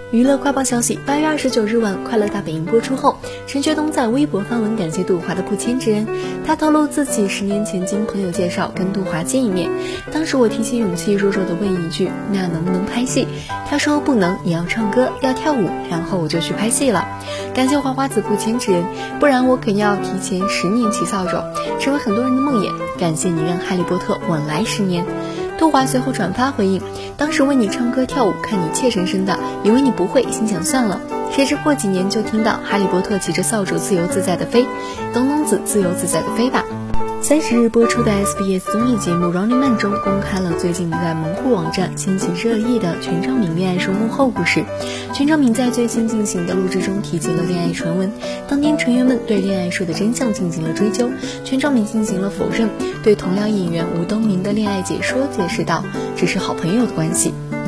娱乐快报消息，8月29日晚，《快乐大本营》播出后，陈学冬在微博发文感谢杜华的不签之恩。他透露自己10年前经朋友介绍跟杜华见一面，当时我提起勇气，弱弱的问一句：“那能不能拍戏？”他说：“不能，你要唱歌，要跳舞。”然后我就去拍戏了。感谢花花子不签之恩，不然我肯要提前10年骑扫帚，成为很多人的梦魇。感谢你让哈利波特晚来10年。杜华随后转发回应，当时为你唱歌跳舞，看你怯生生的，以为你不会，心想算了。谁知过几年就听到哈利波特骑着扫帚自由自在的飞，等等子自由自在的飞吧。30日播出的 SBS 综艺节目《Running Man》中公开了最近在门户网站掀起热议的全昭敏恋爱说幕后故事。全昭敏在最近进行的录制中提及了恋爱传闻，当天成员们对恋爱说的真相进行了追究，全昭敏进行了否认，对同僚演员吴东明的恋爱解释道，只是好朋友的关系。